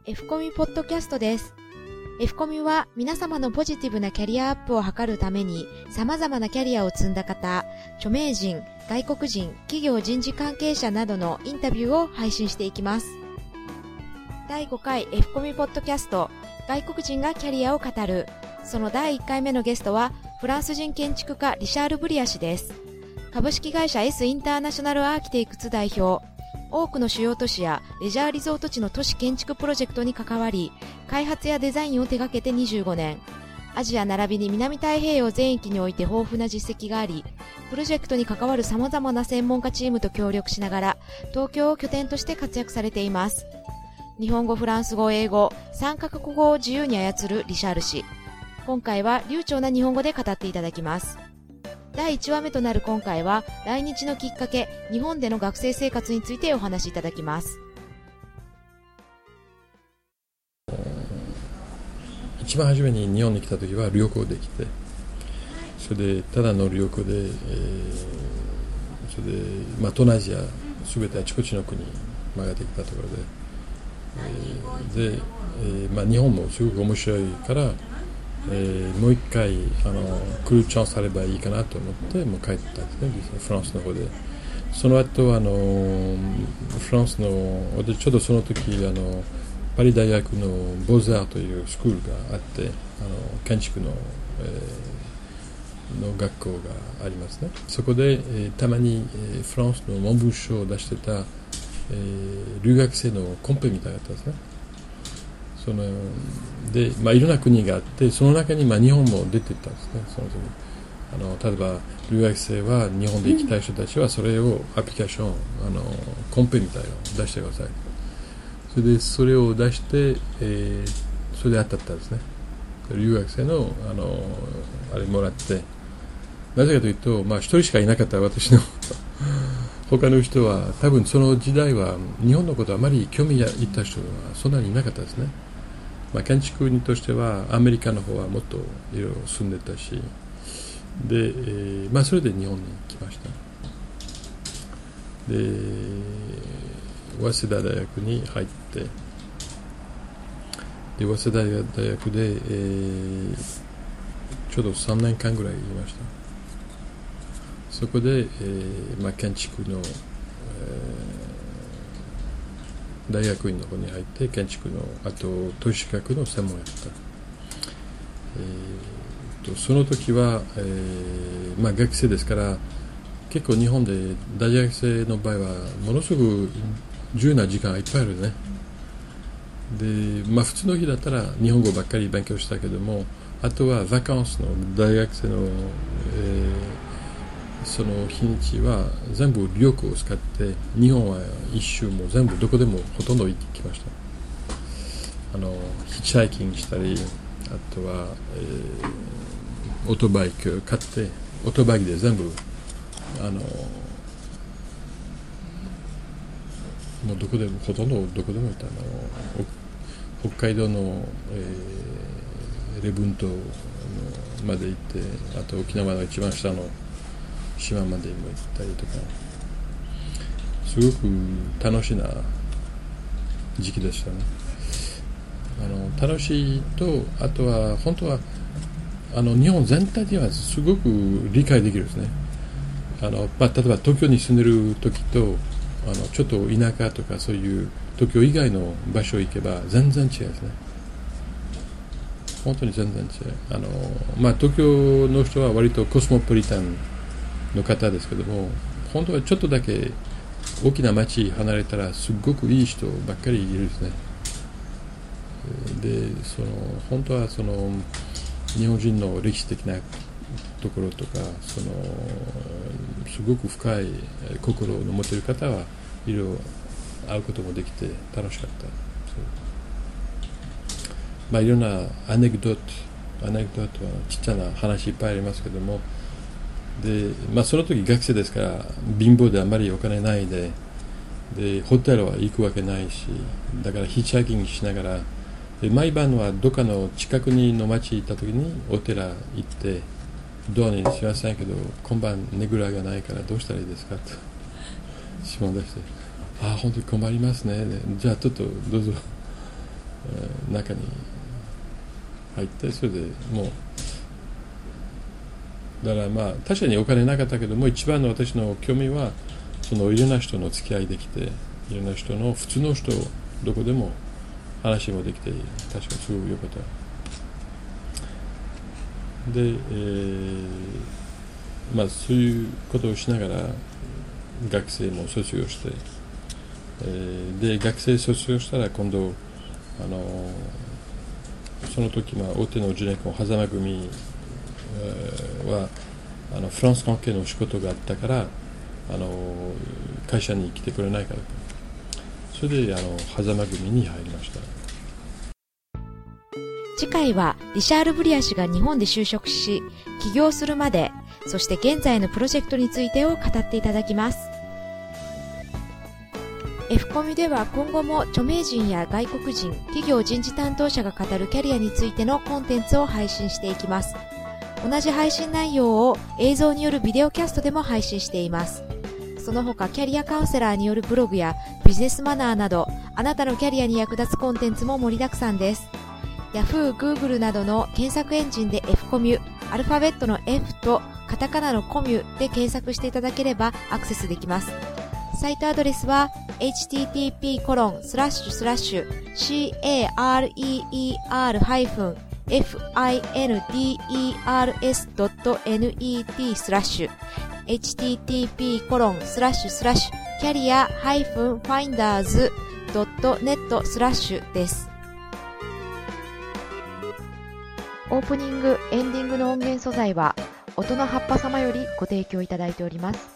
F コミポッドキャストです。F コミは皆様のポジティブなキャリアアップを図るために様々なキャリアを積んだ方、著名人、外国人、企業人事関係者などのインタビューを配信していきます。第5回 F コミポッドキャスト、外国人がキャリアを語る。その第1回目のゲストはフランス人建築家リシャール・ブリア氏です。株式会社 S インターナショナルアーキテクツ代表。多くの主要都市やレジャーリゾート地の都市建築プロジェクトに関わり、開発やデザインを手掛けて25年。アジア並びに南太平洋全域において豊富な実績があり、プロジェクトに関わる様々な専門家チームと協力しながら、東京を拠点として活躍されています。日本語、フランス語、英語、3カ国語を自由に操るリシャール氏。今回は流暢な日本語で語っていただきます。第1話目となる今回は、来日のきっかけ、日本での学生生活についてお話しいただきます。 一番初めに日本に来た時は旅行できて、それでただの旅行で、それで、東南アジアすべてあちこちの国回ってきたところで、日本もすごく面白いから、もう一回来るチャンスあればいいかなと思ってもう帰ったんですね、フランスの方で。その後フランスのちょうどその時パリ大学のボーザーというスクールがあって、建築の、の学校がありますね。そこで、たまに、フランスの文部省を出してた、留学生のコンペみたいだったんですね。で、いろんな国があって、その中に日本も出てたんですね。その時例えば留学生は日本で行きたい人たちはそれをアプリケーションコンペみたいなのを出してください。それを出して、それで当たったんですね。留学生のあれもらって、なぜかというと、一人しかいなかった私の他の人は多分その時代は日本のことあまり興味がいった人はそんなにいなかったですね。建築人としてはアメリカの方はもっといろいろ住んでたし、で、それで日本に来ました。で、早稲田大学に入って、で早稲田大学で、ちょうど3年間ぐらいいました。そこで、建築の、大学院の方に入って建築のあと都市学の専門をやった。その時は、学生ですから結構日本で大学生の場合はものすごく自由な時間がいっぱいあるね。で、普通の日だったら日本語ばっかり勉強したけども、あとはバカンスの大学生の、その日にちは全部旅行を使って日本は一周も全部どこでもほとんど行ってきました。ヒッチハイキングしたり、あとは、オートバイク買ってオートバイクで全部もうどこでもほとんどどこでも行った北海道の、礼文島まで行って、あと沖縄の一番下の島までも行ったりとか、すごく楽しいな時期でしたね。楽しいと、あとは本当は日本全体ではすごく理解できるんですね。例えば東京に住んでる時とちょっと田舎とかそういう東京以外の場所行けば全然違いですね。本当に全然違う。東京の人は割とコスモポリタンの方ですけども、本当はちょっとだけ大きな町離れたらすごくいい人ばっかりいるんですね。で、本当は日本人の歴史的なところとかすごく深い心を持っている方はいろいろ会うこともできて楽しかった。いろんなアネクドートはちっちゃな話いっぱいありますけども、で、その時学生ですから貧乏であまりお金ないで、ホテルは行くわけないし、だからヒッチハイキングしながら、で毎晩はどっかの近くの町行った時にお寺行ってドアにすいませんけど今晩ねぐらがないからどうしたらいいですかと指紋出して、本当に困りますね、じゃあちょっとどうぞ中に入って、それでもうだからまあ確かにお金なかったけども、一番の私の興味はそのいろんな人の付き合いできて、いろんな人の普通の人どこでも話もできて、確かにすごく良かった。で、まあそういうことをしながら学生も卒業して、で学生卒業したら今度その時大手のジュネコン狭間組はフランス関係の仕事があったから会社に来てくれないかと、それで狭間組に入りました。 次回はリシャール・ブリア氏が日本で就職し起業するまで、そして現在のプロジェクトについてを語っていただきます。F コミでは今後も著名人や外国人、企業人事担当者が語るキャリアについてのコンテンツを配信していきます。同じ配信内容を映像によるビデオキャストでも配信しています。その他キャリアカウンセラーによるブログやビジネスマナーなど、あなたのキャリアに役立つコンテンツも盛りだくさんです。Yahoo、Google などの検索エンジンで F コミュ、アルファベットの F とカタカナのコミュで検索していただければアクセスできます。サイトアドレスは http://career.finders.net/ http://career-finders.net/ です。オープニング、エンディングの音源素材は音の葉っぱ様よりご提供いただいております。